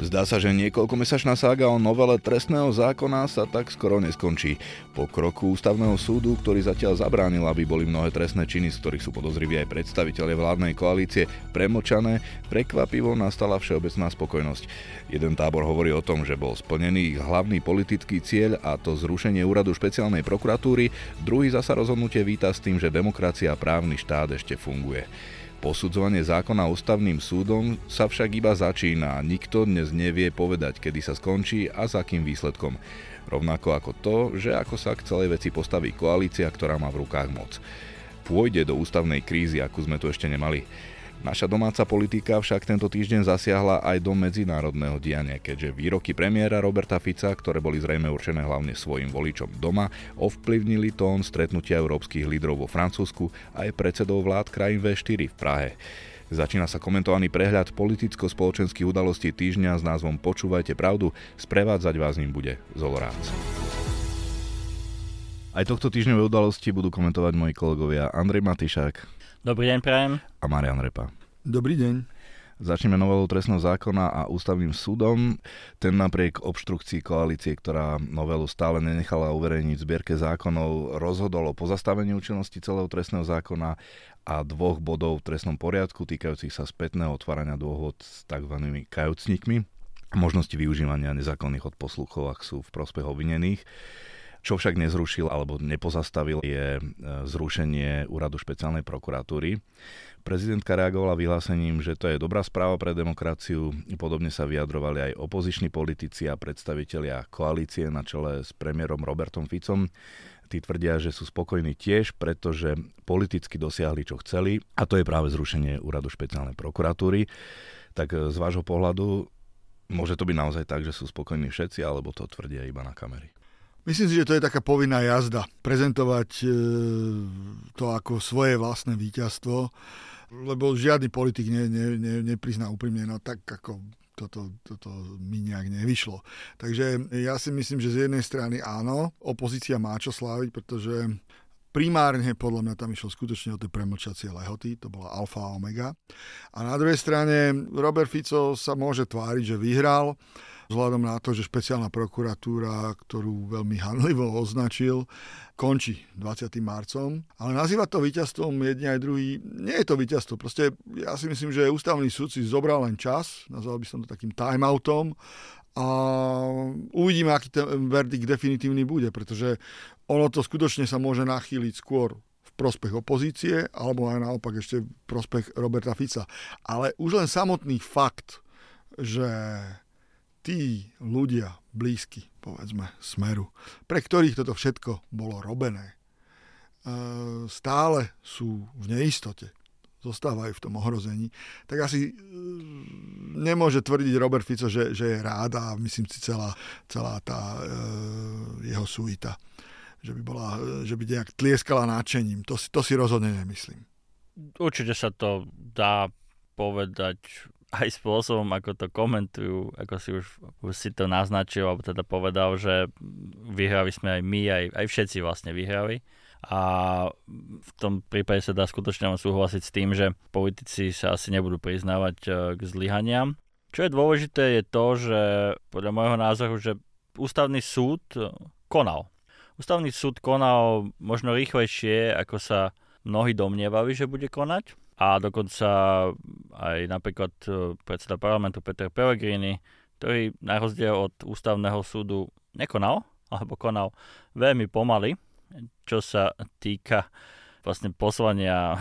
Zdá sa, že niekoľkomesačná sága o novele trestného zákona sa tak skoro neskončí. Po kroku ústavného súdu, ktorý zatiaľ zabránil, aby boli mnohé trestné činy, z ktorých sú podozriví aj predstavitelia vládnej koalície, premlčané, prekvapivo nastala všeobecná spokojnosť. Jeden tábor hovorí o tom, že bol splnený ich hlavný politický cieľ, a to zrušenie úradu špeciálnej prokuratúry, druhý zasa rozhodnutie víta s tým, že demokracia a právny štát ešte funguje. Posudzovanie zákona ústavným súdom sa však iba začína a nikto dnes nevie povedať, kedy sa skončí a s akým výsledkom. Rovnako ako to, že ako sa k celej veci postaví koalícia, ktorá má v rukách moc. Pôjde do ústavnej krízy, akú sme tu ešte nemali. Naša domáca politika však tento týždeň zasiahla aj do medzinárodného diania, keďže výroky premiéra Roberta Fica, ktoré boli zrejme určené hlavne svojim voličom doma, ovplyvnili tón stretnutia európskych lídrov vo Francúzsku a aj predsedov vlád krajín V4 v Prahe. Začína sa komentovaný prehľad politicko-spoločenských udalostí týždňa s názvom Počúvajte pravdu, sprevádzať vás ním bude Zolo Rác. Aj tohto týždňové udalosti budú komentovať moji kolegovia Andrej Matišák. Dobrý deň, prajem. A Marian Repa. Dobrý deň. Začneme novelou trestného zákona a ústavným súdom. Ten napriek obštrukcii koalície, ktorá novelu stále nenechala uverejniť v zbierke zákonov, rozhodol o pozastavení účinnosti celého trestného zákona a 2 bodov v trestnom poriadku týkajúcich sa spätného otvárania dôvod s tzv. Kajúcnikmi a možnosti využívania nezákonných odposluchov, ak sú v prospech obvinených. Čo však nezrušil alebo nepozastavil je zrušenie úradu špeciálnej prokuratúry. Prezidentka reagovala vyhlásením, že to je dobrá správa pre demokraciu. Podobne sa vyjadrovali aj opoziční politici a predstavitelia koalície na čele s premiérom Robertom Ficom. Tí tvrdia, že sú spokojní tiež, pretože politicky dosiahli, čo chceli, a to je práve zrušenie úradu špeciálnej prokuratúry. Tak z vášho pohľadu môže to byť naozaj tak, že sú spokojní všetci, alebo to tvrdia iba na kamery? Myslím si, že to je taká povinná jazda. Prezentovať to ako svoje vlastné víťazstvo, lebo žiadny politik neprizná úprimne, no tak ako toto mi nejak nevyšlo. Takže ja si myslím, že z jednej strany áno, opozícia má čo sláviť, pretože primárne podľa mňa tam išlo skutočne o tie premlčacie lehoty, to bola alfa a omega. A na druhej strane Robert Fico sa môže tváriť, že vyhral, vzhľadom na to, že špeciálna prokuratúra, ktorú veľmi hanlivo označil, končí 20. marcom. Ale nazývať to víťazstvom jedni aj druhý, nie je to víťazstvo. Proste ja si myslím, že ústavný súd si zobral len čas, nazval by som to takým timeoutom, a uvidíme, aký ten verdikt definitívny bude, pretože ono to skutočne sa môže nachýliť skôr v prospech opozície, alebo aj naopak ešte v prospech Roberta Fica. Ale už len samotný fakt, že tí ľudia blízky, povedzme, Smeru, pre ktorých toto všetko bolo robené, stále sú v neistote, zostávajú v tom ohrození, tak asi nemôže tvrdiť Robert Fico, že je rád, a myslím si celá tá jeho suita, že by nejak tlieskala nadšením. To si rozhodne nemyslím. Určite sa to dá povedať aj spôsobom, ako to komentujú, ako si už si to naznačil, alebo teda povedal, že vyhrali sme aj my, aj všetci vlastne vyhrali. A v tom prípade sa dá skutočne súhlasiť s tým, že politici sa asi nebudú priznávať k zlyhaniam. Čo je dôležité je to, že podľa môjho názoru, že ústavný súd konal. Ústavný súd konal možno rýchlejšie, ako sa mnohí domnievali, že bude konať. A dokonca aj napríklad predseda parlamentu Peter Pellegrini, ktorý na rozdiel od ústavného súdu nekonal, alebo konal veľmi pomaly, čo sa týka vlastne poslania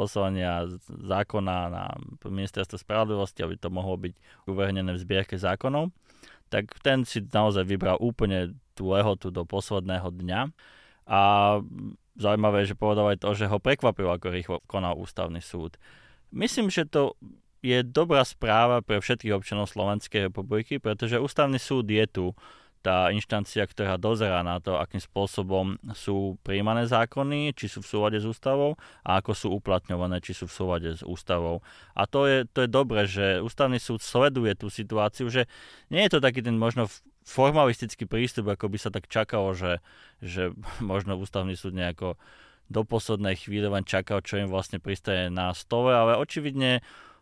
zákona na ministerstvo spravodlivosti, aby to mohlo byť uverejnené v zbierke zákonov, tak ten si naozaj vybral úplne tú lehotu do posledného dňa. A zaujímavé je, že povedal aj to, že ho prekvapilo, ako rýchlo konal ústavný súd. Myslím, že to je dobrá správa pre všetkých občanov Slovenskej republiky, pretože ústavný súd je tu tá inštancia, ktorá dozerá na to, akým spôsobom sú prijímané zákony, či sú v súlade s ústavou, a ako sú uplatňované, či sú v súlade s ústavou. A to je dobré, že ústavný súd sleduje tú situáciu, že nie je to taký ten možno formalistický prístup, ako by sa tak čakalo, že možno ústavný súd nejako do poslednej chvíle len čakal, čo im vlastne pristane na stole, ale očividne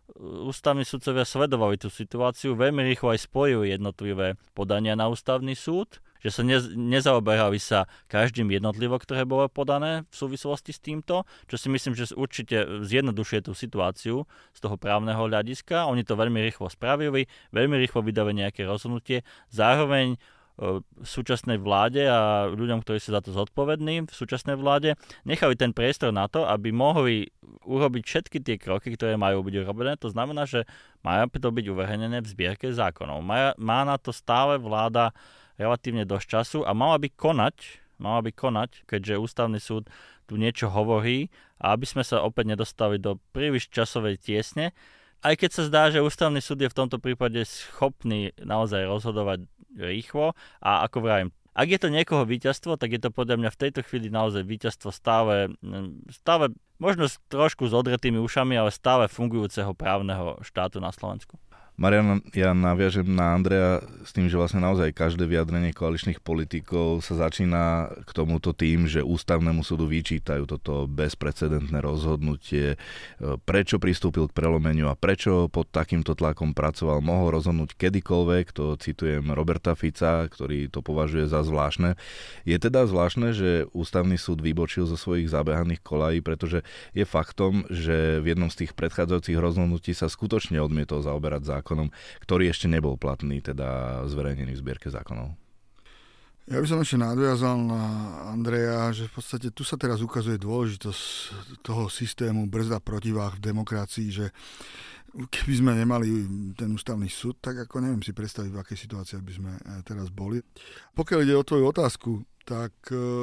ústavní sudcovia sledovali tú situáciu, veľmi rýchlo aj spojili jednotlivé podania na ústavný súd, že sa nezaoberali sa každým jednotlivo, ktoré bolo podané v súvislosti s týmto, čo si myslím, že určite zjednodušuje tú situáciu z toho právneho hľadiska. Oni to veľmi rýchlo spravili, veľmi rýchlo vydali nejaké rozhodnutie. Zároveň v súčasnej vláde a ľuďom, ktorí sú za to zodpovední v súčasnej vláde, nechali ten priestor na to, aby mohli urobiť všetky tie kroky, ktoré majú byť urobené. To znamená, že majú to byť uverejnené v zbierke zákonov. Má na to stále vláda relatívne dosť času a mala by konať, keďže ústavný súd tu niečo hovorí a aby sme sa opäť nedostali do príliš časovej tiesne. Aj keď sa zdá, že ústavný súd je v tomto prípade schopný naozaj rozhodovať rýchlo a ako vravím, ak je to niekoho víťazstvo, tak je to podľa mňa v tejto chvíli naozaj víťazstvo stále možno trošku s odretými ušami, ale stále fungujúceho právneho štátu na Slovensku. Marian, ja naviažem na Andreja s tým, že vlastne naozaj každé vyjadrenie koaličných politikov sa začína k tomuto tým, že ústavnému súdu vyčítajú toto bezprecedentné rozhodnutie, prečo pristúpil k prelomeniu a prečo pod takýmto tlakom pracoval, mohol rozhodnúť kedykoľvek, to citujem Roberta Fica, ktorý to považuje za zvláštne. Je teda zvláštne, že ústavný súd vybočil zo svojich zabehaných kolají, pretože je faktom, že v jednom z tých predchádzajúcich rozhodnutí sa skutočne odmietol zaoberať zákonom, ktorý ešte nebol platný, teda zverejnený v zbierke zákonov. Ja by som ešte nadviazal na Andreja, že v podstate tu sa teraz ukazuje dôležitosť toho systému brzda protiváh v demokracii, že keby sme nemali ten ústavný súd, tak ako neviem si predstaviť, v akej situácii by sme teraz boli. Pokiaľ ide o tvoju otázku, tak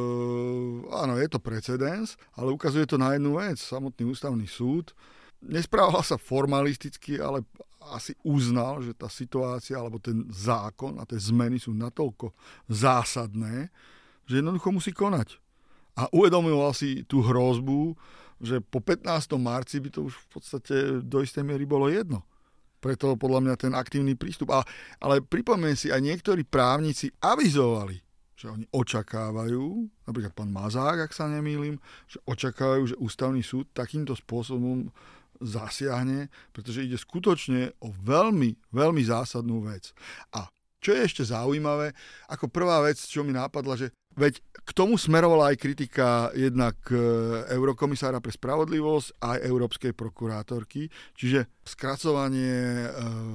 áno, je to precedens, ale ukazuje to na jednu vec. Samotný ústavný súd nesprával sa formalisticky, ale asi uznal, že tá situácia alebo ten zákon a tie zmeny sú natoľko zásadné, že jednoducho musí konať. A uvedomoval si tú hrozbu, že po 15. marci by to už v podstate do istej miery bolo jedno. Preto podľa mňa ten aktívny prístup. Ale pripomeň si, aj niektorí právnici avizovali, že oni očakávajú, napríklad pán Mazák, ak sa nemýlim, že očakávajú, že ústavný súd takýmto spôsobom zasiahne, pretože ide skutočne o veľmi, veľmi zásadnú vec. A čo je ešte zaujímavé, ako prvá vec, čo mi napadla, že veď k tomu smerovala aj kritika jednak eurokomisára pre spravodlivosť aj európskej prokurátorky, čiže skracovanie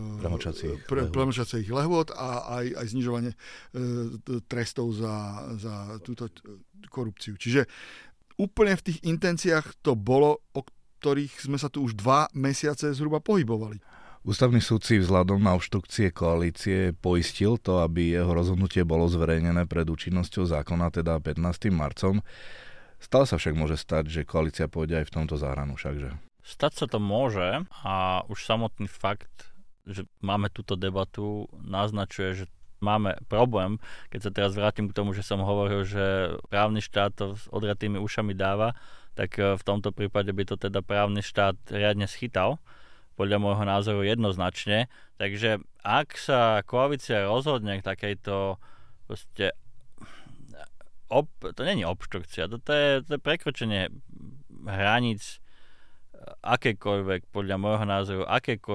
premlčacích lehôd a aj znižovanie trestov za túto korupciu. Čiže úplne v tých intenciách to bolo, o ktorých sme sa tu už 2 mesiace zhruba pohybovali. Ústavný súd si vzhľadom na obštrukcie koalície poistil to, aby jeho rozhodnutie bolo zverejnené pred účinnosťou zákona, teda 15. marcom. Stále sa však môže stať, že koalícia pôjde aj v tomto záhranu všakže. Stať sa to môže a už samotný fakt, že máme túto debatu, naznačuje, že máme problém. Keď sa teraz vrátim k tomu, že som hovoril, že právny štát to s odretými ušami dáva, tak v tomto prípade by to teda právny štát riadne schytal, podľa môjho názoru jednoznačne. Takže ak sa koalícia rozhodne k takejto proste to nie je obštrukcia, to je prekročenie hraníc akékoľvek, podľa môjho názoru,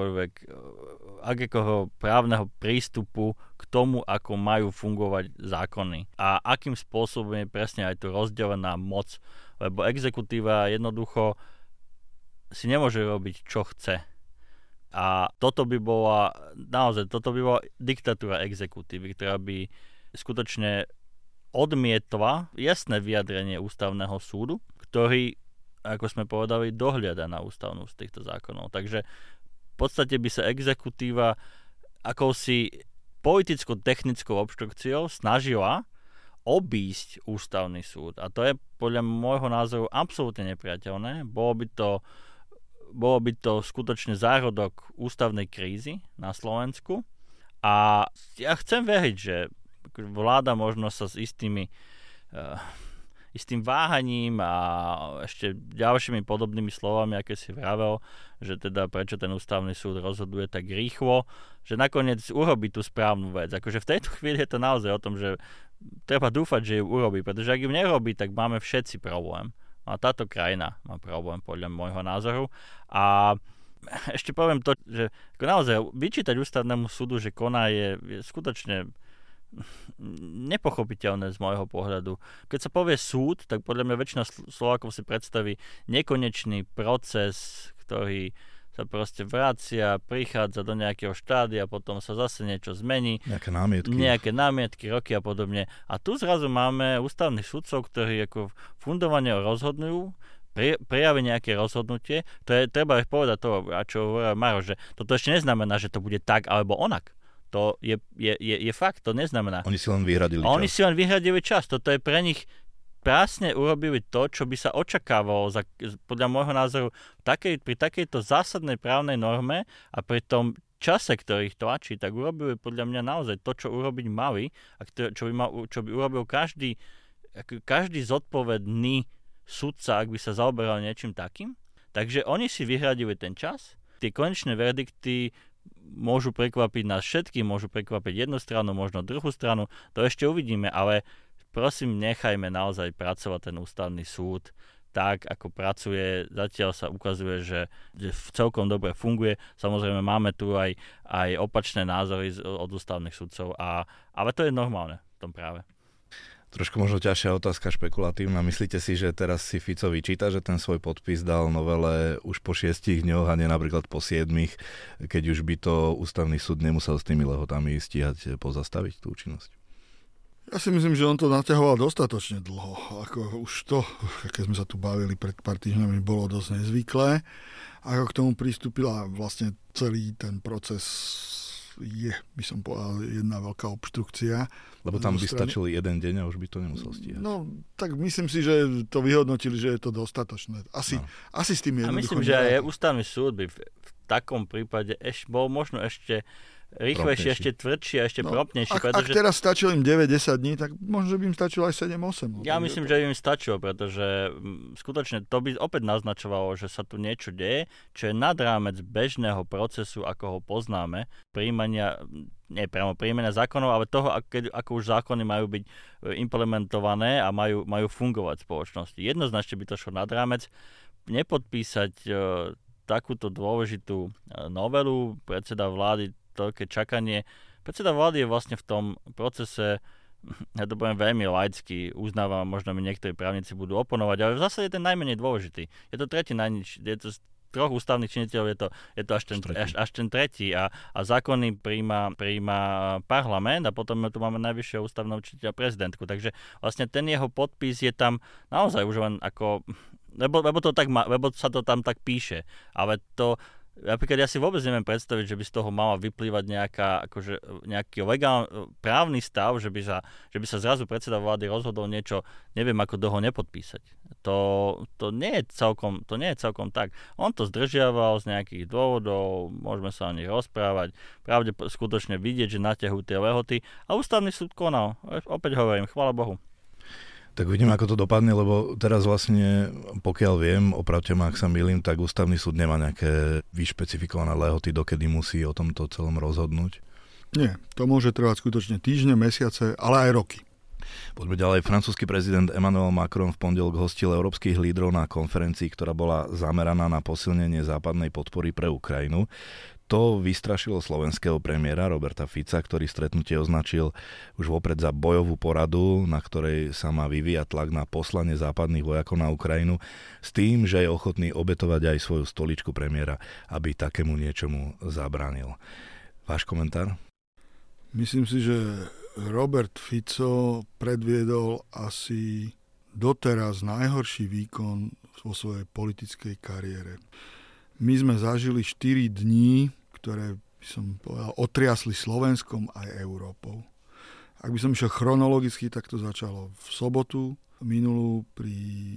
akékoho právneho prístupu k tomu, ako majú fungovať zákony. A akým spôsobom je presne aj tu rozdelená moc, lebo exekutíva jednoducho si nemôže robiť, čo chce. A toto by bola diktatúra exekutívy, ktorá by skutočne odmietla jasné vyjadrenie ústavného súdu, ktorý, ako sme povedali, dohliada na ústavnosť týchto zákonov. Takže v podstate by sa exekutíva akousi politicko-technickou obštrukciou snažila obísť ústavný súd. A to je podľa môjho názoru absolútne nepriateľné. Bolo by to skutočne zárodok ústavnej krízy na Slovensku. A ja chcem veriť, že vláda možno sa s istým váhaním a ešte ďalšími podobnými slovami, aké si vravel, že teda prečo ten ústavný súd rozhoduje tak rýchlo, že nakoniec urobí tú správnu vec. Akože v tejto chvíli je to naozaj o tom, že treba dúfať, že ju urobí, pretože ak ju nerobí, tak máme všetci problém. A táto krajina má problém podľa môjho názoru. A ešte poviem to, že naozaj vyčítať ústavnému súdu, že koná je skutočne nepochopiteľné z môjho pohľadu. Keď sa povie súd, tak podľa mňa väčšina Slovákov si predstaví nekonečný proces, ktorý sa proste vracia, prichádza do nejakého štádia, potom sa zase niečo zmení. Nejaké námietky, roky a podobne. A tu zrazu máme ústavných sudcov, ktorí ako fundovane rozhodnujú, prejaví nejaké rozhodnutie. To je, treba ich povedať to, a čo hovorí Maro, že toto ešte neznamená, že to bude tak alebo onak. To je fakt, to neznamená. Oni si len vyhradili čas. Oni si len vyhradili čas. Toto je pre nich prásne urobili to, čo by sa očakávalo podľa môjho názoru pri takejto zásadnej právnej norme a pri tom čase, ktorý ich tlačí, tak urobili podľa mňa naozaj to, čo urobiť mali a čo by urobil každý zodpovedný sudca, ak by sa zaoberal niečím takým. Takže oni si vyhradili ten čas. Tie konečné verdikty môžu prekvapiť nás všetkých, môžu prekvapiť jednu stranu, možno druhú stranu, to ešte uvidíme, ale prosím, nechajme naozaj pracovať ten ústavný súd tak, ako pracuje. Zatiaľ sa ukazuje, že celkom dobre funguje. Samozrejme, máme tu aj opačné názory od ústavných sudcov, ale to je normálne v tom práve. Trošku možno ťažšia otázka, špekulatívna. Myslíte si, že teraz si Fico vyčíta, že ten svoj podpis dal novele už po 6 dňoch a nie napríklad po 7, keď už by to ústavný súd nemusel s tými lehotami stíhať pozastaviť tú účinnosť? Ja si myslím, že on to naťahoval dostatočne dlho. Ako už to, keď sme sa tu bavili pred pár týždňami, bolo dosť nezvyklé. Ako k tomu pristúpila vlastne celý ten proces je, by som povedal, jedna veľká obštrukcia. Lebo tam by stačili jeden deň a už by to nemusel stíhať. No, tak myslím si, že to vyhodnotili, že je to dostatočné. Asi s tým jednoducho. A myslím, že aj ústavný súd by v takom prípade bol možno ešte rýchlejšie, ešte tvrdšie a ešte promptnejšie. Ak teraz stačilo im 9-10 dní, tak možno by im stačilo aj 7-8. Ja myslím, že im stačilo, pretože skutočne to by opäť naznačovalo, že sa tu niečo deje, čo je nad rámec bežného procesu, ako ho poznáme, príjmania zákonov, ale toho, ako už zákony majú byť implementované a majú fungovať v spoločnosti. Jednoznačne by to šlo nad rámec. Nepodpísať takúto dôležitú novelu predseda vlády, toľké čakanie. Predseda vlády je vlastne v tom procese, ja to poviem veľmi laicky, uznávam, možno mi niektorí právnici budú oponovať, ale v zásade je ten najmenej dôležitý. Je to tretí je to z troch ústavných činiteľov, je to až ten tretí a zákony prijíma parlament a potom tu máme najvyššieho ústavného činiteľa prezidentku. Takže vlastne ten jeho podpis je tam naozaj už len ako, lebo sa to tam tak píše, ale to napríklad ja si vôbec neviem predstaviť, že by z toho mala vyplývať nejaký právny stav, že by sa zrazu predseda vlády rozhodol niečo, neviem ako dlho nepodpísať. To nie je celkom tak. On to zdržiaval z nejakých dôvodov, môžeme sa o nich rozprávať, pravde skutočne vidieť, že naťahujú tie lehoty a ústavný súd konal. Opäť hovorím, chvála Bohu. Tak vidím, ako to dopadne, lebo teraz vlastne, pokiaľ viem, opravte ma, ak sa mýlim, tak ústavný súd nemá nejaké vyšpecifikované lehoty, dokedy musí o tomto celom rozhodnúť. Nie, to môže trvať skutočne týždne, mesiace, ale aj roky. Poďme ďalej. Francúzsky prezident Emmanuel Macron v pondelok hostil európskych lídrov na konferencii, ktorá bola zameraná na posilnenie západnej podpory pre Ukrajinu. To vystrašilo slovenského premiéra Roberta Fica, ktorý stretnutie označil už vopred za bojovú poradu, na ktorej sa má vyvíjať tlak na poslanie západných vojakov na Ukrajinu, s tým, že je ochotný obetovať aj svoju stoličku premiéra, aby takému niečomu zabránil. Váš komentár? Myslím si, že Robert Fico predviedol asi doteraz najhorší výkon vo svojej politickej kariére. My sme zažili 4 dní, ktoré by som povedal, otriasli Slovenskom aj Európou. Ak by som išiel chronologicky, tak to začalo v sobotu minulú pri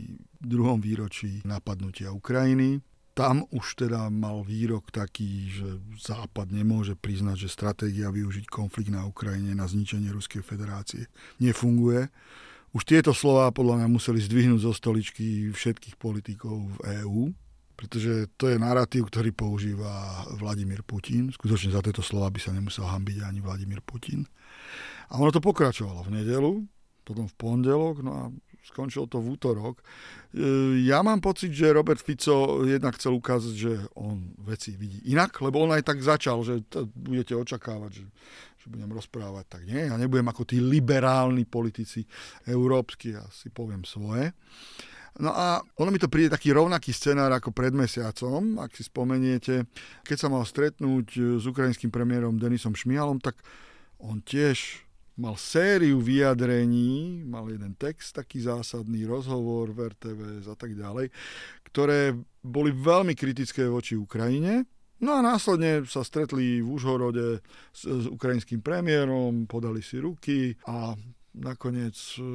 2. výročí napadnutia Ukrajiny. Tam už teda mal výrok taký, že Západ nemôže priznať, že stratégia využiť konflikt na Ukrajine na zničenie Ruskej federácie nefunguje. Už tieto slová podľa mňa museli zdvihnúť zo stoličky všetkých politikov v EÚ. Pretože to je narratív, ktorý používa Vladimír Putin. Skutočne za tieto slova by sa nemusel hanbiť ani Vladimír Putin. A ono to pokračovalo v nedeľu, potom v pondelok, no a skončilo to v útorok. Ja mám pocit, že Robert Fico jednak chcel ukázať, že on veci vidí inak, lebo on aj tak začal, že budete očakávať, že budem rozprávať, tak nie. Ja nebudem ako tí liberálni politici európsky, ja si poviem svoje. No a ono mi to príde taký rovnaký scenár ako pred mesiacom, ak si spomeniete, keď sa mal stretnúť s ukrajinským premiérom Denisom Šmihalom, tak on tiež mal sériu vyjadrení, mal jeden text, taký zásadný rozhovor v RTVS a tak ďalej, ktoré boli veľmi kritické voči Ukrajine. No a následne sa stretli v Užhorode s ukrajinským premiérom, podali si ruky a nakoniec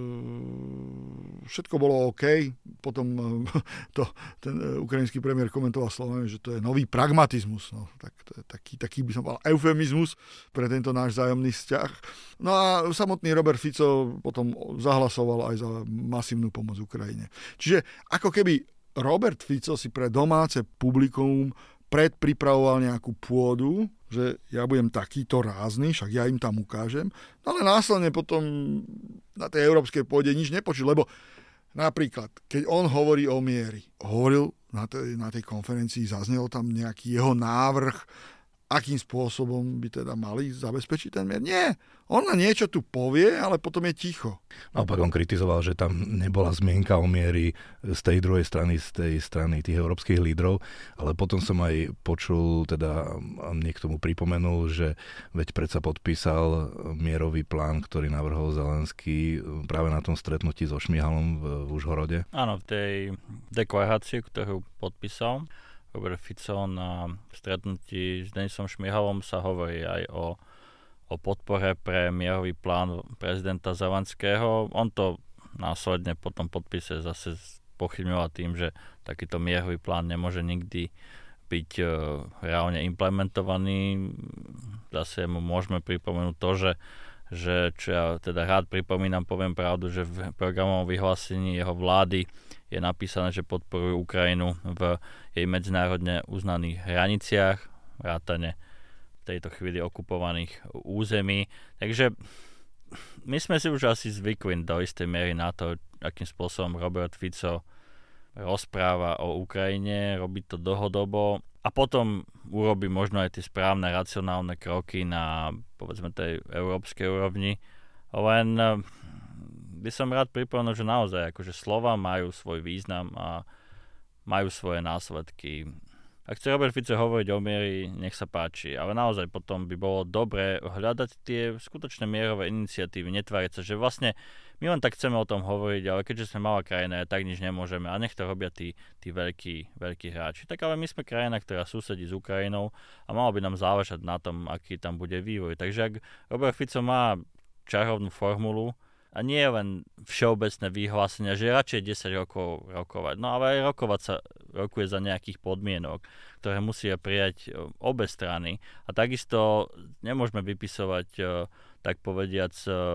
všetko bolo OK. Potom ten ukrajinský premiér komentoval slovami, že to je nový pragmatizmus. No, tak to je taký by som povedal eufemizmus pre tento náš vzájomný vzťah. No a samotný Robert Fico potom zahlasoval aj za masívnu pomoc Ukrajine. Čiže ako keby Robert Fico si pre domáce publikum predpripravoval nejakú pôdu, že ja budem takýto rázny, však ja im tam ukážem, no ale následne potom na tej európskej pôde nič nepočul, lebo napríklad, keď on hovorí o miery, hovoril na tej konferencii, zaznel tam nejaký jeho návrh, akým spôsobom by teda mali zabezpečiť ten mier. Nie, on len niečo tu povie, ale potom je ticho. Naopak on kritizoval, že tam nebola zmienka o miery z tej druhej strany, z tej strany tých európskych lídrov, ale potom som aj počul, teda niekto mu pripomenul, že veď predsa podpísal mierový plán, ktorý navrhol Zelenský práve na tom stretnutí so Šmihalom v Užhorode. Áno, v tej deklarácii, ktorú podpísal Robert Fico na stretnutí s Denisom Šmihalom, sa hovorí aj o podpore pre mierový plán prezidenta Zelenského. On to následne potom podpise zase pochybňoval tým, že takýto mierový plán nemôže nikdy byť reálne implementovaný. Zase mu môžeme pripomenúť to, že čo ja teda rád pripomínam, poviem pravdu, že v programovom vyhlásení jeho vlády je napísané, že podporujú Ukrajinu v jej medzinárodne uznaných hraniciach, vrátane v tejto chvíli okupovaných území. Takže my sme si už asi zvykli do istej miery na to, akým spôsobom Robert Fico rozpráva o Ukrajine, robí to dlhodobo a potom urobí možno aj tie správne racionálne kroky na, povedzme, tej európskej úrovni. Len by som rád pripomenul, že naozaj akože slova majú svoj význam a majú svoje následky. Ak chce Robert Fico hovoriť o miery, nech sa páči, ale naozaj potom by bolo dobré hľadať tie skutočné mierové iniciatívy, netváriť sa, že vlastne my len tak chceme o tom hovoriť, ale keďže sme malá krajina, tak nič nemôžeme a nech to robia tí veľkí hráči. Tak ale my sme krajina, ktorá susedí s Ukrajinou a malo by nám záležať na tom, aký tam bude vývoj. Takže ak Robert Fico má čarovnú formulu, a nie len všeobecné vyhlásenia, že radšej 10 rokov rokovať. No ale aj rokuje za nejakých podmienok, ktoré musia prijať obe strany. A takisto nemôžeme vypisovať, tak povediac,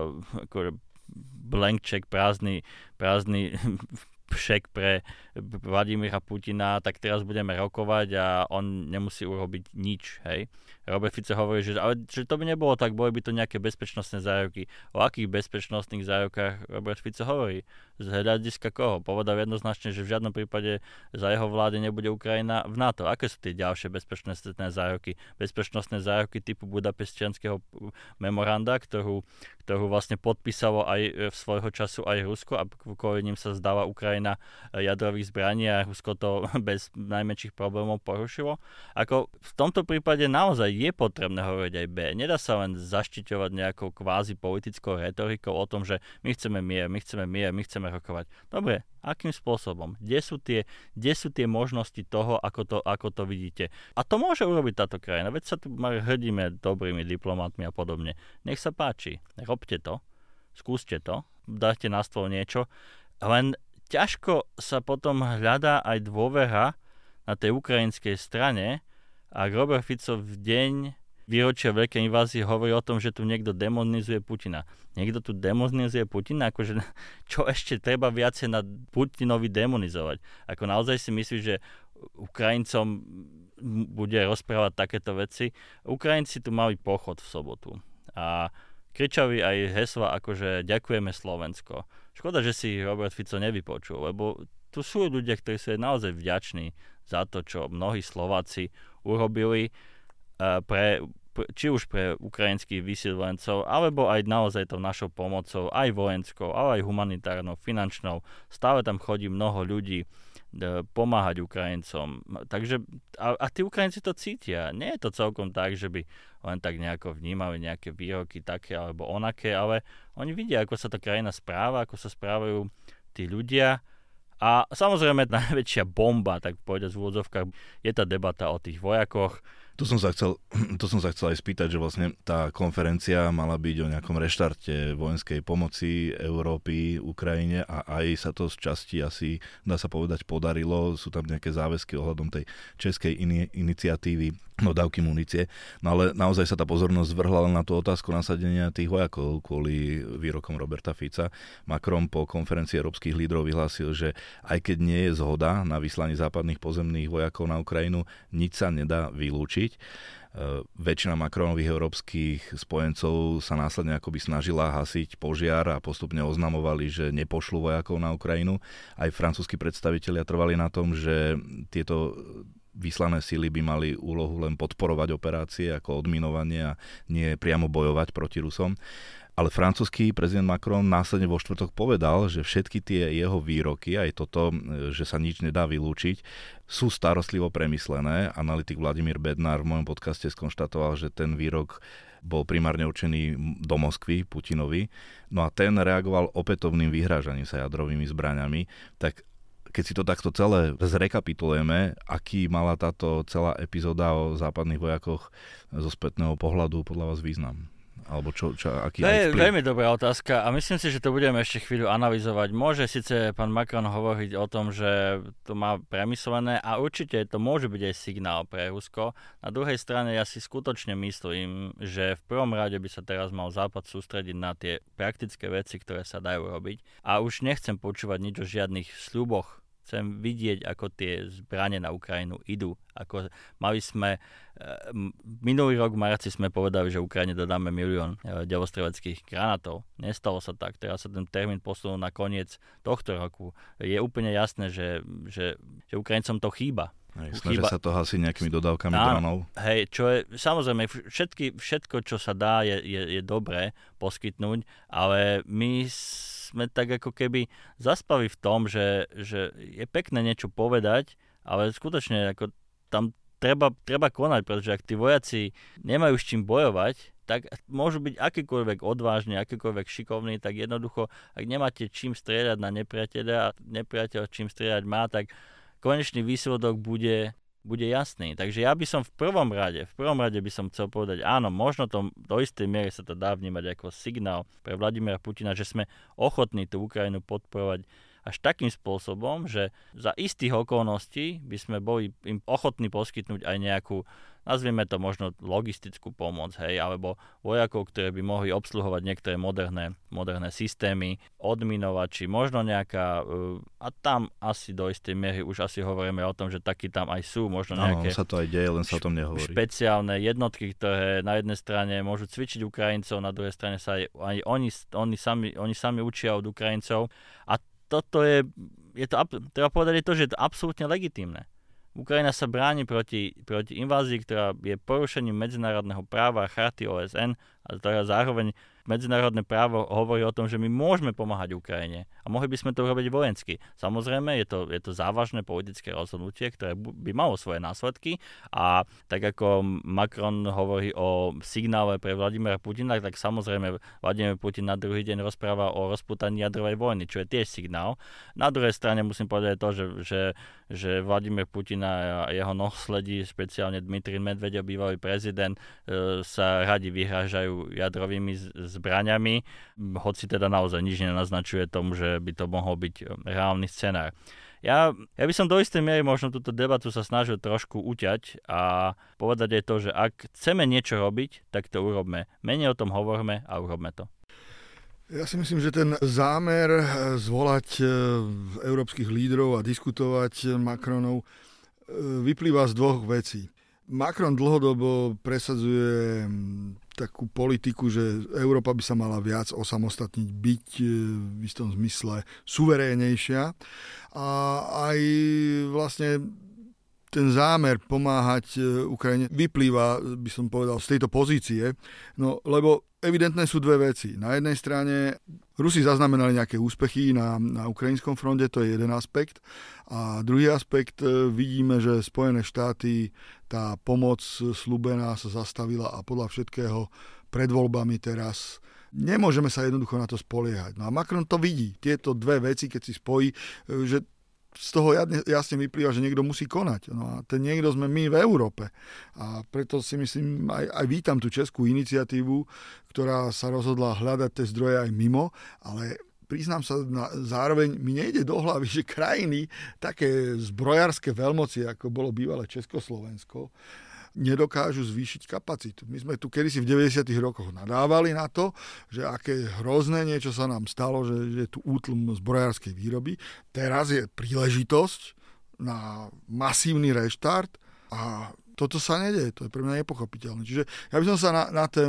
blank check, prázdny šek pre Vladimíra Putina, tak teraz budeme rokovať a on nemusí urobiť nič, hej. Robert Fico hovorí, že to by nebolo tak, boli by to nejaké bezpečnostné záruky. O akých bezpečnostných zárukách Robert Fico hovorí? Z hľadiska koho? Povedal jednoznačne, že v žiadnom prípade za jeho vlády nebude Ukrajina v NATO. Aké sú tie ďalšie bezpečnostné záruky? Bezpečnostné záruky typu Budapešťanského memoranda, ktorú vlastne podpísalo aj v svojho času aj Rusko a kvôli ním sa zdala Ukrajina jadrových zbraní a Rusko to bez najmenších problémov porušilo. Ako v tomto prípade naozaj je potrebné hovoriť aj B. Nedá sa len zaštiťovať nejakou kvázi politickou retorikou o tom, že my chceme mier, my chceme rokovať. Dobre, akým spôsobom? Kde sú tie možnosti toho, ako to vidíte? A to môže urobiť táto krajina. Veď sa tu hrdíme dobrými diplomatmi a podobne. Nech sa páči. Robte to. Skúste to. Dajte na stôl niečo. Len ťažko sa potom hľadá aj dôvera na tej ukrajinskej strane, ak Robert Fico v deň výročia veľkej invázie hovorí o tom, že tu niekto demonizuje Putina. Niekto tu demonizuje Putina? Akože, čo ešte treba viacej na Putinovi demonizovať? Ako naozaj si myslíš, že Ukrajincom bude rozprávať takéto veci? Ukrajinci tu mali pochod v sobotu. A kričali aj hesla akože ďakujeme Slovensko. Škoda, že si Robert Fico nevypočul, lebo tu sú ľudia, ktorí sú naozaj vďační za to, čo mnohí Slováci urobili či už pre ukrajinských vysídlencov, alebo aj naozaj tou našou pomocou, aj vojenskou, ale aj humanitárnou, finančnou. Stále tam chodí mnoho ľudí pomáhať Ukrajincom. Takže, a tí Ukrajinci to cítia. Nie je to celkom tak, že by len tak nejako vnímali nejaké výroky také alebo onaké, ale oni vidia, ako sa tá krajina správa, ako sa správajú tí ľudia. A samozrejme najväčšia bomba, tak povedať v úvodzovkách, je tá debata o tých vojakoch. To som sa chcel aj spýtať, že vlastne tá konferencia mala byť o nejakom reštarte vojenskej pomoci Európy, Ukrajine a aj sa to z časti asi, dá sa povedať, podarilo. Sú tam nejaké záväzky ohľadom tej českej iniciatívy dodávky munície. No ale naozaj sa tá pozornosť vrhla len na tú otázku nasadenia tých vojakov kvôli výrokom Roberta Fica. Macron po konferencii európskych lídrov vyhlásil, že aj keď nie je zhoda na vyslaní západných pozemných vojakov na Ukrajinu, nič sa nedá vylúčiť. Väčšina Macronových európskych spojencov sa následne akoby snažila hasiť požiar a postupne oznamovali, že nepošlú vojakov na Ukrajinu. Aj francúzski predstavitelia trvali na tom, že tieto vyslané síly by mali úlohu len podporovať operácie ako odminovanie a nie priamo bojovať proti Rusom. Ale francúzsky prezident Macron následne vo štvrtok povedal, že všetky tie jeho výroky, aj toto, že sa nič nedá vylúčiť, sú starostlivo premyslené. Analytik Vladimír Bednár v mojom podcaste skonštatoval, že ten výrok bol primárne určený do Moskvy, Putinovi. No a ten reagoval opätovným vyhrážaním sa jadrovými zbraňami. Tak keď si to takto celé zrekapitulujeme, aký mala táto celá epizóda o západných vojakoch zo spätného pohľadu podľa vás význam? Alebo aký to je vplyv? veľmi dobrá otázka a myslím si, že to budeme ešte chvíľu analyzovať. Môže síce pán Macron hovoriť o tom, že to má premyslené a určite to môže byť aj signál pre Rusko. Na druhej strane ja si skutočne myslím, že v prvom rade by sa teraz mal Západ sústrediť na tie praktické veci, ktoré sa dajú robiť. A už nechcem počúvať nič o žiadnych sľuboch. Chcem vidieť, ako tie zbrane na Ukrajinu idú. Ako mali sme, minulý rok v marci sme povedali, že Ukrajine dodáme 1 000 000 delostreleckých granátov. Nestalo sa tak, teraz sa ten termín posunul na koniec tohto roku. Je úplne jasné, že Ukrajincom to chýba. Snažia sa to hasiť nejakými dodávkami dronov. Hej, čo je, samozrejme, všetko, čo sa dá, je dobré poskytnúť, ale my sme tak ako keby zaspali v tom, že je pekné niečo povedať, ale skutočne ako tam treba konať, pretože ak tí vojaci nemajú s čím bojovať, tak môžu byť akýkoľvek odvážni, akýkoľvek šikovní, tak jednoducho, ak nemáte čím strieľať na nepriateľa a nepriateľ čím strieľať má, tak konečný výsledok bude jasný. Takže ja by som v prvom rade by som chcel povedať, áno, možno to do istej miery sa to dá vnímať ako signál pre Vladimíra Putina, že sme ochotní tú Ukrajinu podporovať až takým spôsobom, že za istých okolností by sme boli im ochotní poskytnúť aj nejakú, nazvieme to možno logistickú pomoc, hej, alebo vojakov, ktoré by mohli obsluhovať niektoré moderné systémy, odminovači, možno nejaká, a tam asi do istej miery už asi hovoríme o tom, že takí tam aj sú, možno nejaké sa to aj deje, len sa o tom nehovorí. Špeciálne jednotky, ktoré na jednej strane môžu cvičiť Ukrajincov, na druhej strane sa aj oni sami učia od Ukrajincov a toto treba povedať to, že je to absolútne legitímne. Ukrajina sa bráni proti invázii, ktorá je porušením medzinárodného práva a charty OSN a teda zároveň medzinárodné právo hovorí o tom, že my môžeme pomáhať Ukrajine a mohli by sme to urobiť vojensky. Samozrejme, je to závažné politické rozhodnutie, ktoré by malo svoje následky a tak ako Macron hovorí o signále pre Vladimíra Putina, tak samozrejme Vladimír Putin na druhý deň rozpráva o rozpútaní jadrovej vojny, čo je tiež signál. Na druhej strane musím povedať to, že Vladimír Putin a jeho nosledí, špeciálne Dmitrij Medvedev, bývalý prezident, sa radi vyhrážajú jadrovými zbraňami, hoci teda naozaj nič nenaznačuje tomu, že by to mohol byť reálny scenár. Ja by som do istej miery možno túto debatu sa snažil trošku uťať a povedať aj to, že ak chceme niečo robiť, tak to urobme. Menej o tom hovorme a urobme to. Ja si myslím, že ten zámer zvolať európskych lídrov a diskutovať Macronov vyplýva z dvoch vecí. Macron dlhodobo presadzuje takú politiku, že Európa by sa mala viac osamostatniť, byť v istom zmysle suverénejšia. A aj vlastne ten zámer pomáhať Ukrajine vyplýva, by som povedal, z tejto pozície, no lebo evidentné sú dve veci. Na jednej strane Rusi zaznamenali nejaké úspechy na ukrajinskom fronte, to je jeden aspekt. A druhý aspekt, vidíme, že Spojené štáty, tá pomoc sľúbená sa zastavila a podľa všetkého pred voľbami teraz nemôžeme sa jednoducho na to spoliehať. No a Macron to vidí. Tieto dve veci, keď si spojí, že z toho jasne vyplýva, že niekto musí konať. No a ten niekto sme my v Európe. A preto si myslím, aj vítam tú českú iniciatívu, ktorá sa rozhodla hľadať tie zdroje aj mimo, ale priznám sa, zároveň mi nejde do hlavy, že krajiny, také zbrojárske veľmoci, ako bolo bývalé Československo, nedokážu zvýšiť kapacitu. My sme tu kedysi v 90. rokoch nadávali na to, že aké hrozné niečo sa nám stalo, že je tu útlm zbrojárskej výroby. Teraz je príležitosť na masívny reštart a toto sa nedeje. To je pre mňa nepochopiteľné. Čiže ja by som sa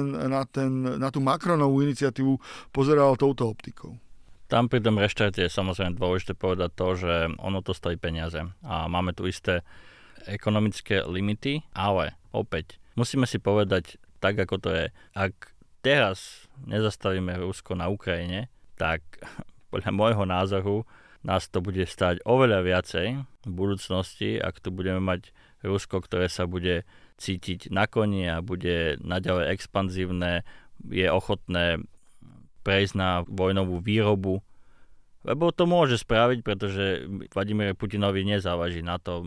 na tú Macronovú iniciatívu pozeral touto optikou. Tam pri tom reštarte je samozrejme dôležité povedať to, že ono to stojí peniaze a máme tu isté ekonomické limity, ale opäť musíme si povedať tak, ako to je. Ak teraz nezastavíme Rusko na Ukrajine, tak podľa môjho názoru nás to bude stáť oveľa viacej v budúcnosti, ak tu budeme mať Rusko, ktoré sa bude cítiť na koni a bude naďalej expanzívne, je ochotné prejsť na vojnovú výrobu. Lebo to môže spraviť, pretože Vladimír Putinovi nezáleží na tom,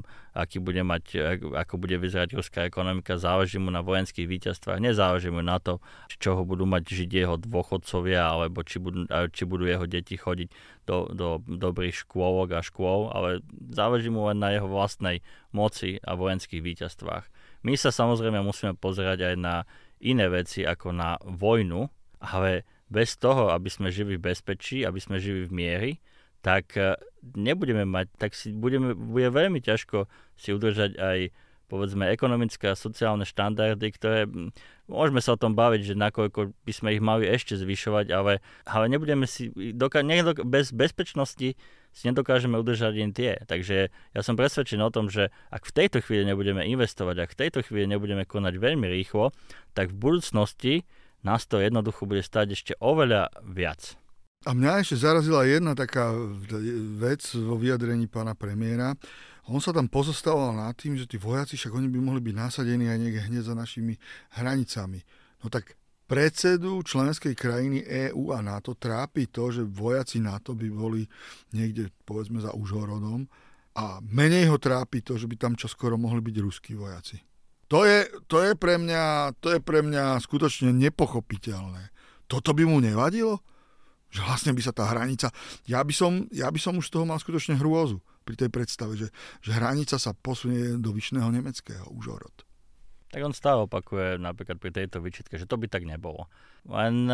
ako bude vyzerať ruská ekonomika, záleží mu na vojenských víťazstvách, nezáleží mu na to, z čoho budú mať žiť jeho dôchodcovia, alebo či budú jeho deti chodiť do dobrých škôlok a škôl, ale záleží mu len na jeho vlastnej moci a vojenských víťazstvách. My sa samozrejme musíme pozerať aj na iné veci ako na vojnu, ale bez toho, aby sme žili v bezpečí, aby sme žili v miery, tak nebudeme mať, bude veľmi ťažko si udržať aj povedzme ekonomické a sociálne štandardy, ktoré môžeme sa o tom baviť, že nakoľko by sme ich mali ešte zvyšovať, ale nebudeme si bez bezpečnosti si nedokážeme udržať len tie. Takže ja som presvedčený o tom, že ak v tejto chvíli nebudeme investovať, ak v tejto chvíli nebudeme konať veľmi rýchlo, tak v budúcnosti nás to jednoducho bude stáť ešte oveľa viac. A mňa ešte zarazila jedna taká vec vo vyjadrení pána premiéra. On sa tam pozostával nad tým, že tí vojaci, však oni by mohli byť nasadení aj niekde hneď za našimi hranicami. No tak predsedu členskej krajiny EÚ a NATO trápi to, že vojaci NATO by boli niekde, povedzme, za Užhorodom a menej ho trápi to, že by tam čoskoro mohli byť ruskí vojaci. To je pre mňa skutočne nepochopiteľné. Toto by mu nevadilo? Že vlastne by sa tá hranica... Ja by som už z toho mal skutočne hrôzu pri tej predstave, že hranica sa posunie do Vyšného Nemeckého, Užhorod. Tak on stále opakuje napríklad pri tejto výčitke, že to by tak nebolo. Len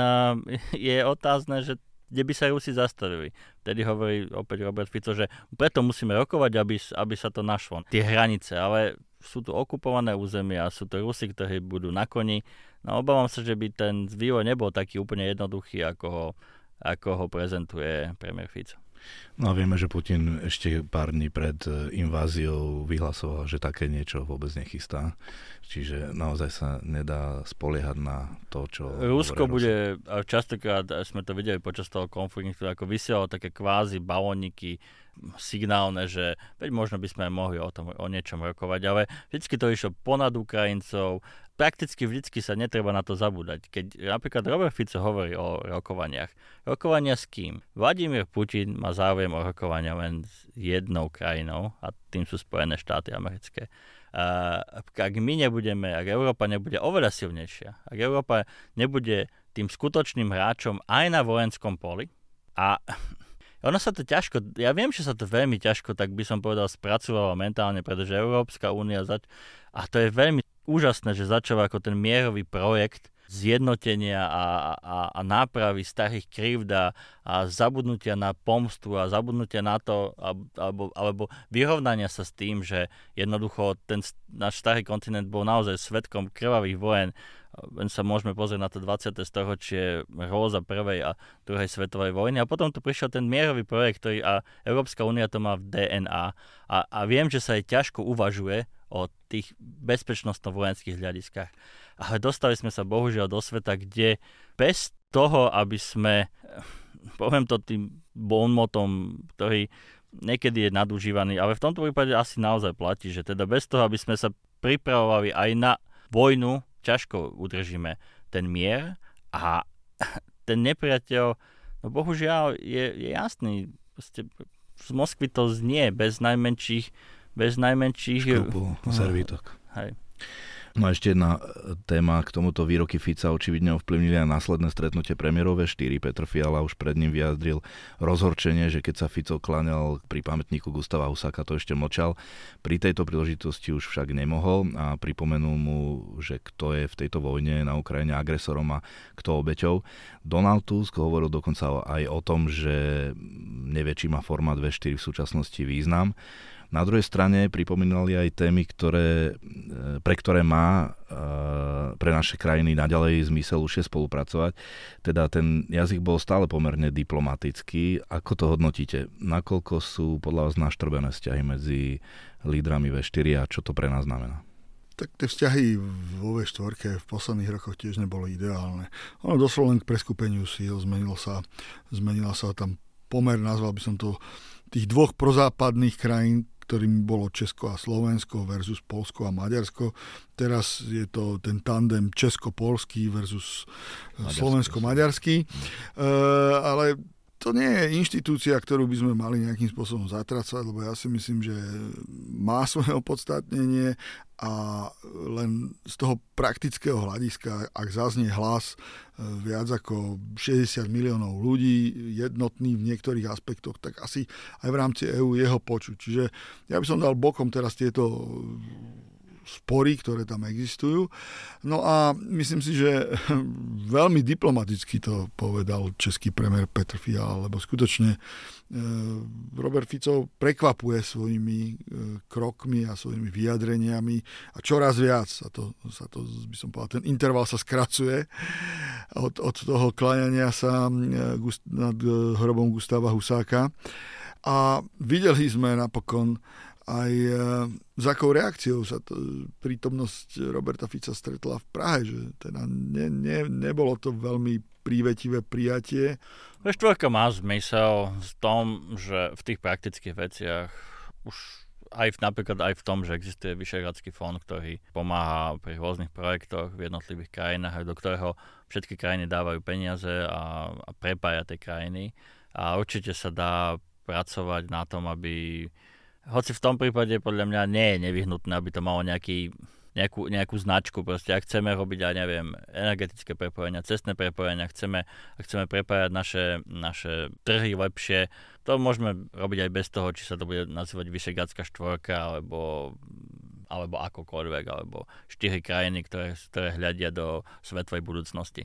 je otázne, že kde by sa Rusi zastavili. Vtedy hovorí opäť Robert Fico, že preto musíme rokovať, aby sa to našlo. Tie hranice, ale sú tu okupované územia, sú to Rusi, ktorí budú na koni. No obávam sa, že by ten vývoj nebol taký úplne jednoduchý, ako ho prezentuje premiér Fico. No a vieme, že Putin ešte pár dní pred inváziou vyhlasoval, že také niečo vôbec nechystá. Čiže naozaj sa nedá spoliehať na to, čo... Rusko bude, a častokrát sme to videli počas toho konfliktu, ako vysielalo také kvázi balóniky signálne, že veď možno by sme mohli o niečom rokovať, ale vždycky to išlo ponad Ukrajincov, prakticky vždycky sa netreba na to zabúdať. Keď napríklad Robert Fico hovorí o rokovaniach. Rokovania s kým? Vladimír Putin má záujem o rokovania len s jednou krajinou a tým sú Spojené štáty americké. Ak my nebudeme, ak Európa nebude oveľa silnejšia, ak Európa nebude tým skutočným hráčom aj na vojenskom poli a ono sa to ťažko, ja viem, že sa to veľmi ťažko, tak by som povedal, spracovalo mentálne, pretože Európska únia a to je veľmi úžasné, že začal ako ten mierový projekt zjednotenia a nápravy starých krivd a zabudnutia na pomstu a zabudnutia na to, alebo vyrovnania sa s tým, že jednoducho ten náš starý kontinent bol naozaj svedkom krvavých vojen Len sa môžeme pozrieť na to 20. storočie, hrôza prvej a druhej svetovej vojny a potom tu prišiel ten mierový projekt, ktorý a Európska únia to má v DNA a viem, že sa aj ťažko uvažuje o tých bezpečnostno-vojenských hľadiskách. Ale dostali sme sa bohužiaľ do sveta, kde bez toho, aby sme, poviem to tým bonmotom, ktorý niekedy je nadužívaný, ale v tomto prípade asi naozaj platí, že teda bez toho, aby sme sa pripravovali aj na vojnu, ťažko udržíme ten mier a ten nepriateľ, no bohužiaľ je jasný. Proste z Moskvy to znie bez najmenších škrupul, servítok. Hej. No a ešte jedna téma k tomuto výroky Fica očividne ovplyvnili aj následné stretnutie premiérov V4. Petr Fiala už pred ním vyjadril rozhorčenie, že keď sa Fico kláňal pri pamätníku Gustáva Husáka, to ešte mlčal. Pri tejto príležitosti už však nemohol a pripomenul mu, že kto je v tejto vojne na Ukrajine agresorom a kto obeťou. Donald Tusk hovoril dokonca aj o tom, že nevie, či má formát V4 v súčasnosti význam. Na druhej strane pripomínali aj témy, pre ktoré má pre naše krajiny naďalej zmysel užšie spolupracovať. Teda ten jazyk bol stále pomerne diplomatický. Ako to hodnotíte? Nakoľko sú podľa vás naštrbené vzťahy medzi lídrami V4 a čo to pre nás znamená? Tak tie vzťahy vo V4 v posledných rokoch tiež neboli ideálne. Ono došlo len k preskupeniu síl, zmenila sa tam pomer, nazval by som to, tých dvoch prozápadných krajín, ktorým bolo Česko a Slovensko versus Poľsko a Maďarsko. Teraz je to ten tandem česko-polský versus slovensko-maďarský. Ale to nie je inštitúcia, ktorú by sme mali nejakým spôsobom zatracovať, lebo ja si myslím, že má svoje opodstatnenie a len z toho praktického hľadiska, ak zaznie hlas viac ako 60 miliónov ľudí, jednotný v niektorých aspektoch, tak asi aj v rámci EÚ jeho počuť. Čiže ja by som dal bokom teraz tieto spory, ktoré tam existujú. No a myslím si, že veľmi diplomaticky to povedal český premiér Petr Fiala, lebo skutočne Robert Fico prekvapuje svojimi krokmi a svojimi vyjadreniami a čoraz viac sa to by som povedal, ten interval sa skracuje od toho kláňania sa nad hrobom Gustáva Husáka. A videli sme napokon aj s akou reakciou sa prítomnosť Roberta Fica stretla v Prahe, že teda nebolo to veľmi prívetivé prijatie. V4 má zmysel v tom, že v tých praktických veciach už napríklad aj v tom, že existuje Vyšehradský fond, ktorý pomáha pri rôznych projektoch v jednotlivých krajinách, do ktorého všetky krajiny dávajú peniaze a prepája tie krajiny. A určite sa dá pracovať na tom, aby hoci v tom prípade podľa mňa nie je nevyhnutné, aby to malo nejakú značku. Proste ak chceme robiť, aj neviem, energetické prepojenia, cestné prepojenia, ak chceme prepájať naše trhy lepšie, to môžeme robiť aj bez toho, či sa to bude nazývať Vyšegradská štvorka alebo akokoľvek, alebo 4 krajiny, ktoré hľadia do svetlej budúcnosti.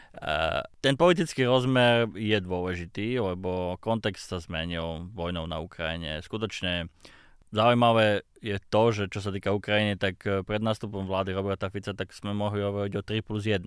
Ten politický rozmer je dôležitý, lebo kontext sa zmenil vojnou na Ukrajine. Skutočne zaujímavé je to, že čo sa týka Ukrajiny, tak pred nástupom vlády Roberta Fica tak sme mohli hovoriť o 3+1.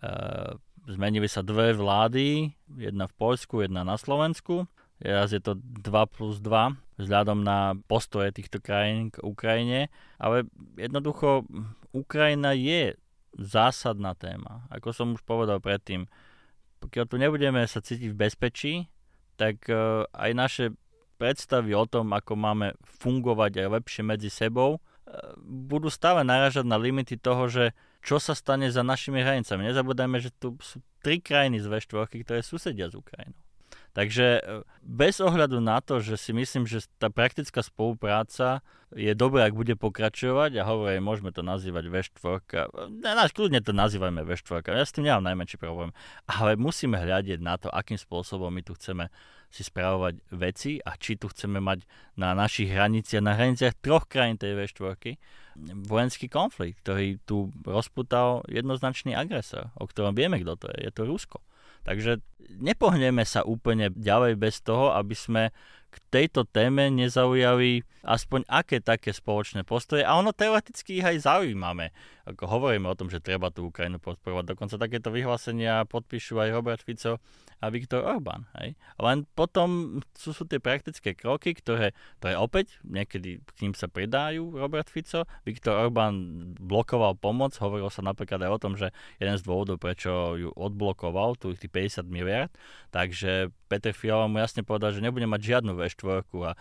Zmenili sa dve vlády, jedna v Poľsku, jedna na Slovensku. Teraz je to 2+2 vzhľadom na postoje týchto krajín k Ukrajine, ale jednoducho Ukrajina je zásadná téma. Ako som už povedal predtým, pokiaľ tu nebudeme sa cítiť v bezpečí, tak aj naše predstavy o tom, ako máme fungovať aj lepšie medzi sebou, budú stále narážať na limity toho, že čo sa stane za našimi hranicami. Nezabúdajme, že tu sú 3 krajiny z V4, ktoré susedia s Ukrajinou. Takže bez ohľadu na to, že si myslím, že tá praktická spolupráca je dobrá, ak bude pokračovať a hovorím, môžeme to nazývať V4. Kľudne to nazývajme V4. Ja s tým nemám najmenší problém. Ale musíme hľadiť na to, akým spôsobom my tu chceme si spravovať veci a či tu chceme mať na našich hraniciach, na hraniciach 3 krajín tej V4 vojenský konflikt, ktorý tu rozputal jednoznačný agresor, o ktorom vieme, kto to je to Rusko. Takže nepohneme sa úplne ďalej bez toho, aby sme k tejto téme nezaujali aspoň aké také spoločné postoje a ono teoreticky ich aj zaujímame. Ako hovoríme o tom, že treba tú Ukrajinu podporovať, dokonca takéto vyhlásenia podpíšu aj Robert Fico a Viktor Orbán. Hej? Len potom sú tie praktické kroky, ktoré opäť niekedy k ním sa pridajú Robert Fico. Viktor Orbán blokoval pomoc, hovorilo sa napríklad aj o tom, že jeden z dôvodov, prečo ju odblokoval, tu tých 50 miliard, takže Peter Fiala mu jasne povedal, že nebude mať žiadnu V4 a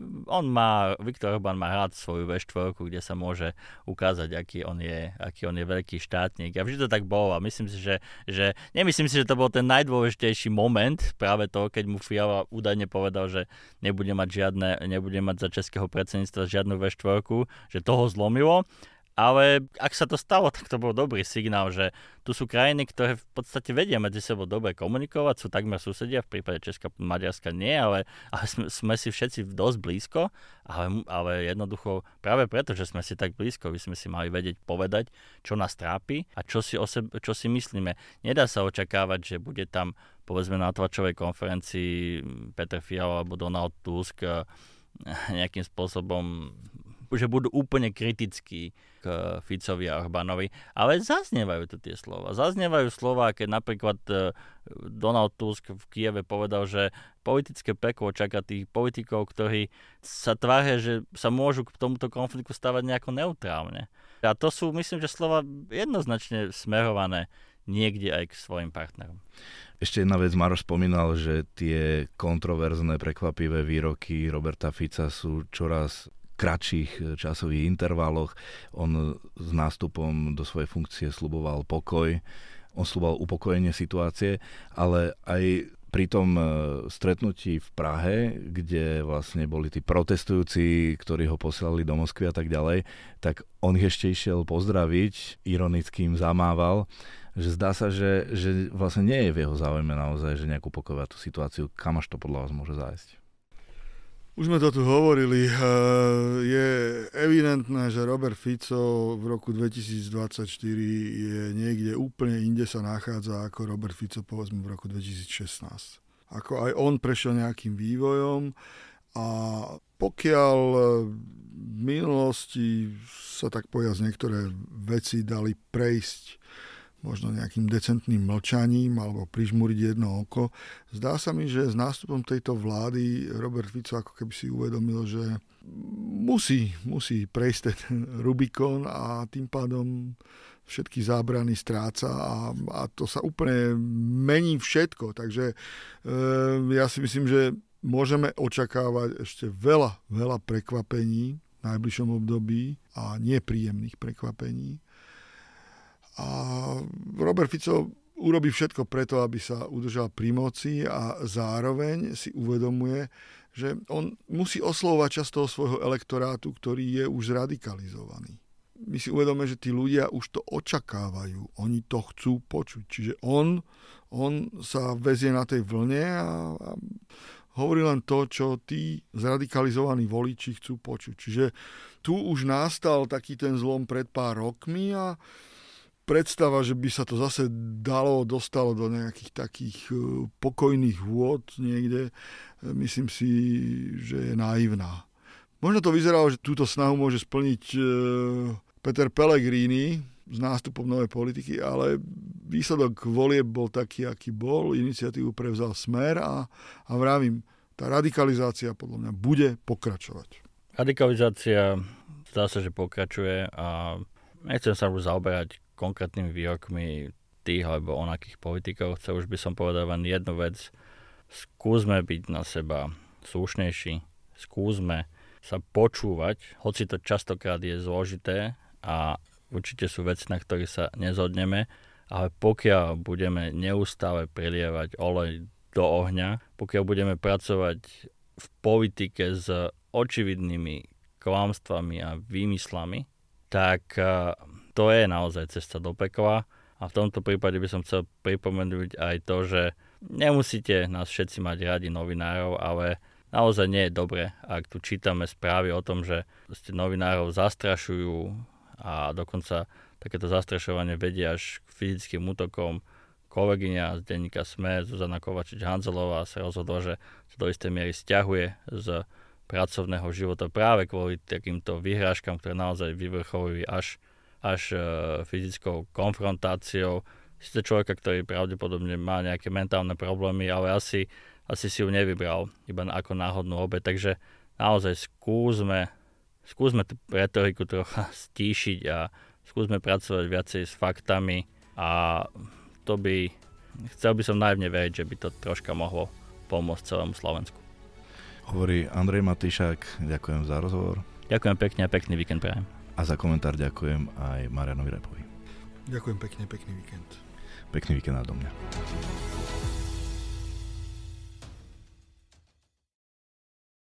Viktor Orbán má rád svoju V4, kde sa môže ukázať, aký on je veľký štátnik. A vždy to tak bolo. A myslím si, nemyslím si, že to bol ten najdôležitejší moment, práve to, keď mu Fiala údajne povedal, že nebude mať za českého predsedníctva žiadnu V4, že toho zlomilo. Ale ak sa to stalo, tak to bol dobrý signál, že tu sú krajiny, ktoré v podstate vedia medzi sebou dobre komunikovať, sú takmer susedia, v prípade Česka, Maďarska nie, ale sme si všetci dosť blízko, ale jednoducho práve preto, že sme si tak blízko, by sme si mali vedieť povedať, čo nás trápi a čo si myslíme. Nedá sa očakávať, že bude tam, povedzme, na tlačovej konferencii Peter Fiala alebo Donald Tusk nejakým spôsobom, že budú úplne kritickí k Ficovi a Orbánovi, ale zaznievajú tu tie slova. Zaznievajú slova, keď napríklad Donald Tusk v Kieve povedal, že politické peklo čaká tých politikov, ktorí sa tvária, že sa môžu k tomuto konfliktu stavať nejako neutrálne. A to sú, myslím, že slova jednoznačne smerované niekde aj k svojim partnerom. Ešte jedna vec, Maroš spomínal, že tie kontroverzné, prekvapivé výroky Roberta Fica sú čoraz kratších časových intervaloch. On s nástupom do svojej funkcie sľuboval pokoj, on sľuboval upokojenie situácie, ale aj pri tom stretnutí v Prahe, kde vlastne boli tí protestujúci, ktorí ho posielali do Moskvy a tak ďalej, tak on ich ešte išiel pozdraviť, ironicky im zamával, že zdá sa, že vlastne nie je v jeho záujme naozaj, že nejakú pokojovať tú situáciu. Kam až to podľa vás môže zájsť? Už sme to tu hovorili. Je evidentné, že Robert Fico v roku 2024 je niekde úplne inde sa nachádza ako Robert Fico povedzme v roku 2016. Ako aj on prešiel nejakým vývojom a pokiaľ v minulosti sa tak povedať niektoré veci dali prejsť možno nejakým decentným mlčaním alebo prižmúriť jedno oko. Zdá sa mi, že s nástupom tejto vlády Robert Fico ako keby si uvedomil, že musí prejsť ten Rubikon a tým pádom všetky zábrany stráca a to sa úplne mení všetko. Takže ja si myslím, že môžeme očakávať ešte veľa prekvapení v najbližšom období a nepríjemných prekvapení. A Robert Fico urobí všetko preto, aby sa udržal pri moci a zároveň si uvedomuje, že on musí oslovovať časť toho svojho elektorátu, ktorý je už zradikalizovaný. My si uvedomujeme, že tí ľudia už to očakávajú, oni to chcú počuť. Čiže on sa vezie na tej vlne a hovorí len to, čo tí zradikalizovaní voliči chcú počuť. Čiže tu už nastal taký ten zlom pred pár rokmi a predstava, že by sa to zase dostalo do nejakých takých pokojných vôd niekde, myslím si, že je naivná. Možno to vyzeralo, že túto snahu môže splniť Peter Pellegrini s nástupom novej politiky, ale výsledok volieb bol taký, aký bol. Iniciatívu prevzal Smer a vravím, tá radikalizácia podľa mňa bude pokračovať. Radikalizácia zdá sa, že pokračuje a nechcem sa už zaoberať konkrétnymi výrokmi tých alebo onakých politikov. Už by som povedal len jednu vec. Skúsme byť na seba slušnejší. Skúsme sa počúvať, hoci to častokrát je zložité a určite sú veci, na ktorých sa nezhodneme, ale pokiaľ budeme neustále prilievať olej do ohňa, pokiaľ budeme pracovať v politike s očividnými klamstvami a výmyslami, tak to je naozaj cesta do pekla a v tomto prípade by som chcel pripomenúť aj to, že nemusíte nás všetci mať radi novinárov, ale naozaj nie je dobre, ak tu čítame správy o tom, že novinárov zastrašujú a dokonca takéto zastrašovanie vedie až k fyzickým útokom, k kolegyňa z denníka SME, Zuzana Kovačič-Hanzelová, sa rozhodla, že sa do istej miery stiahuje z pracovného života práve kvôli takýmto vyhrážkam, ktoré naozaj vyvrcholili až fyzickou konfrontáciou. Sice človeka, ktorý pravdepodobne má nejaké mentálne problémy, ale asi si ju nevybral iba ako náhodnú obeť. Takže naozaj skúsme tú retoriku trocha stíšiť a skúsme pracovať viacej s faktami a chcel by som naivne veriť, že by to troška mohlo pomôcť celému Slovensku. Hovorí Andrej Matýšak, ďakujem za rozhovor. Ďakujem pekne a pekný víkend prajem. A za komentár ďakujem aj Marianovi Repovi. Ďakujem pekne, pekný víkend. Pekný víkend do mňa.